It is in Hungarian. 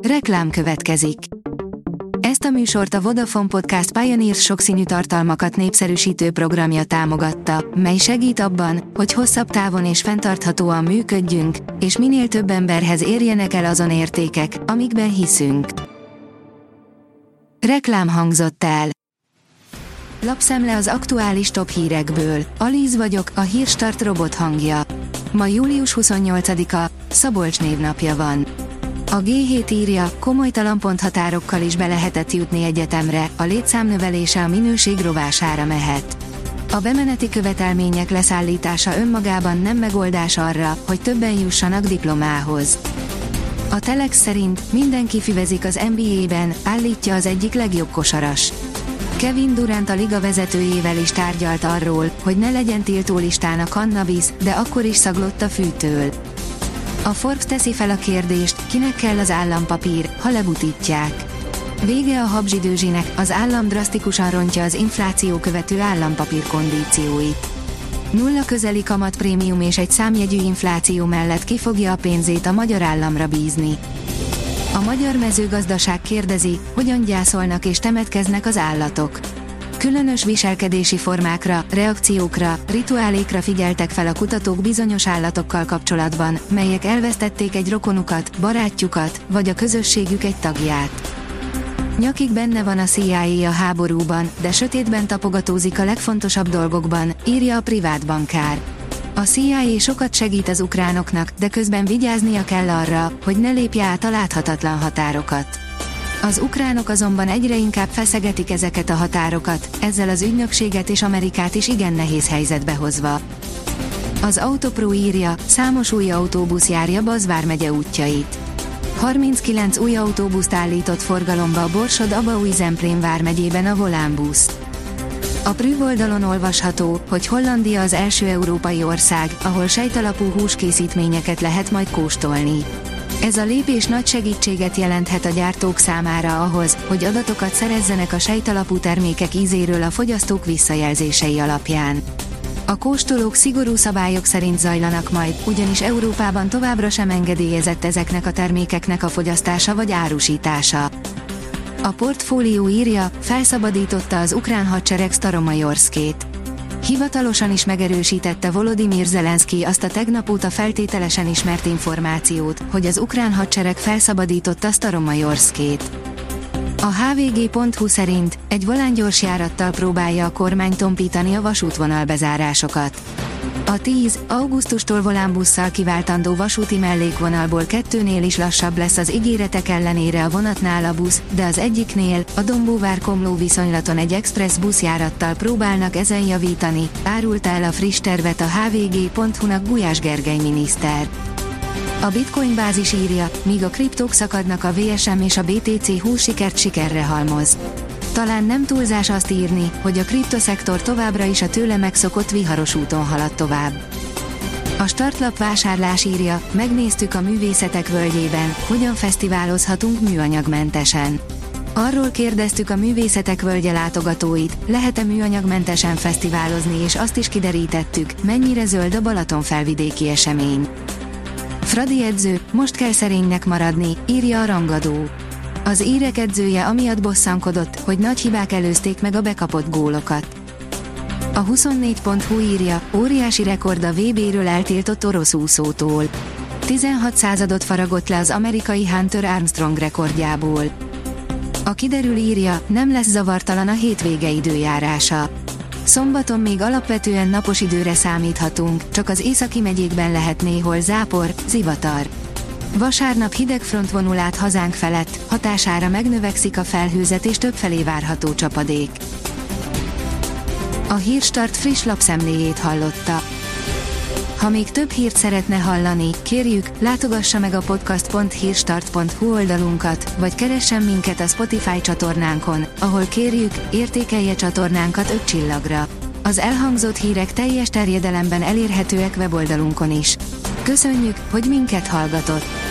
Reklám következik. Ezt a műsort a Vodafone Podcast Pioneers sokszínű tartalmakat népszerűsítő programja támogatta, mely segít abban, hogy hosszabb távon és fenntarthatóan működjünk, és minél több emberhez érjenek el azon értékek, amikben hiszünk. Reklám hangzott el. Lapszemle az aktuális top hírekből. Alíz vagyok, a Hírstart robot hangja. Ma július 28-a, Szabolcs névnapja van. A G7 írja, komolytalan ponthatárokkal is be lehetett jutni egyetemre, a létszámnövelése a minőség rovására mehet. A bemeneti követelmények leszállítása önmagában nem megoldás arra, hogy többen jussanak diplomához. A Telex szerint mindenki fivezik az NBA-ben, állítja az egyik legjobb kosaras. Kevin Durant a liga vezetőjével is tárgyalt arról, hogy ne legyen tiltólistán a cannabis, de akkor is szaglott a fűtől. A Forbes teszi fel a kérdést, kinek kell az állampapír, ha lebutítják. Vége a habzsidőzsinek, az állam drasztikusan rontja az infláció követő állampapír kondícióit. Nulla közeli kamatprémium és egy számjegyű infláció mellett ki fogja a pénzét a magyar államra bízni. A magyar mezőgazdaság kérdezi, hogyan gyászolnak és temetkeznek az állatok. Különös viselkedési formákra, reakciókra, rituálékra figyeltek fel a kutatók bizonyos állatokkal kapcsolatban, melyek elvesztették egy rokonukat, barátjukat, vagy a közösségük egy tagját. Nyakig benne van a CIA a háborúban, de sötétben tapogatózik a legfontosabb dolgokban, írja a privát bankár. A CIA sokat segít az ukránoknak, de közben vigyáznia kell arra, hogy ne lépje át a láthatatlan határokat. Az ukránok azonban egyre inkább feszegetik ezeket a határokat, ezzel az ügynökséget és Amerikát is igen nehéz helyzetbe hozva. Az Autopro írja, számos új autóbusz járja Baz vármegye útjait. 39 új autóbuszt állított forgalomba a Borsod-Abaúj-Zemplén vármegyében a Volánbusz. A Prüv oldalon olvasható, hogy Hollandia az első európai ország, ahol sejtalapú húskészítményeket lehet majd kóstolni. Ez a lépés nagy segítséget jelenthet a gyártók számára ahhoz, hogy adatokat szerezzenek a sejtalapú termékek ízéről a fogyasztók visszajelzései alapján. A kóstolók szigorú szabályok szerint zajlanak majd, ugyanis Európában továbbra sem engedélyezett ezeknek a termékeknek a fogyasztása vagy árusítása. A Portfólió írja, felszabadította az ukrán hadsereg Staromajorszkét. Hivatalosan is megerősítette Volodymyr Zelenszky azt a tegnap óta feltételesen ismert információt, hogy az ukrán hadsereg felszabadította Staromajorszkét. A hvg.hu szerint egy volánggyorsjárattal próbálja a kormány tompítani a vasútvonal bezárásokat. A 10. augusztustól volánbusszal kiváltandó vasúti mellékvonalból 2-nél is lassabb lesz az ígéretek ellenére a vonatnál a busz, de az egyiknél, a Dombóvár-Komló viszonylaton egy express buszjárattal próbálnak ezen javítani, árulta el a friss tervet a hvg.hu-nak Gulyás Gergely miniszter. A Bitcoin bázis írja, míg a kriptók szakadnak, a VSM és a BTC 20 sikert sikerre halmoz. Talán nem túlzás azt írni, hogy a kriptoszektor továbbra is a tőle megszokott viharos úton halad tovább. A startlap vásárlás írja, megnéztük a művészetek völgyében, hogyan fesztiválozhatunk műanyagmentesen. Arról kérdeztük a művészetek völgye látogatóit, lehet-e műanyagmentesen fesztiválozni, és azt is kiderítettük, mennyire zöld a Balatonfelvidéki esemény. Fradi edző, most kell szerénynek maradni, írja a rangadó. Az írek edzője amiatt bosszankodott, hogy nagy hibák előzték meg a bekapott gólokat. A 24.hu írja, óriási rekord a VB-ről eltiltott orosz úszótól. 16 századot faragott le az amerikai Hunter Armstrong rekordjából. A kiderül írja, nem lesz zavartalan a hétvége időjárása. Szombaton még alapvetően napos időre számíthatunk, csak az északi megyékben lehet néhol zápor, zivatar. Vasárnap hideg front vonul át hazánk felett, hatására megnövekszik a felhőzet és többfelé várható csapadék. A Hírstart friss lapszemléjét hallotta. Ha még több hírt szeretne hallani, kérjük, látogassa meg a podcast.hírstart.hu oldalunkat, vagy keressen minket a Spotify csatornánkon, ahol kérjük, értékelje csatornánkat 5 csillagra. Az elhangzott hírek teljes terjedelemben elérhetőek weboldalunkon is. Köszönjük, hogy minket hallgatott!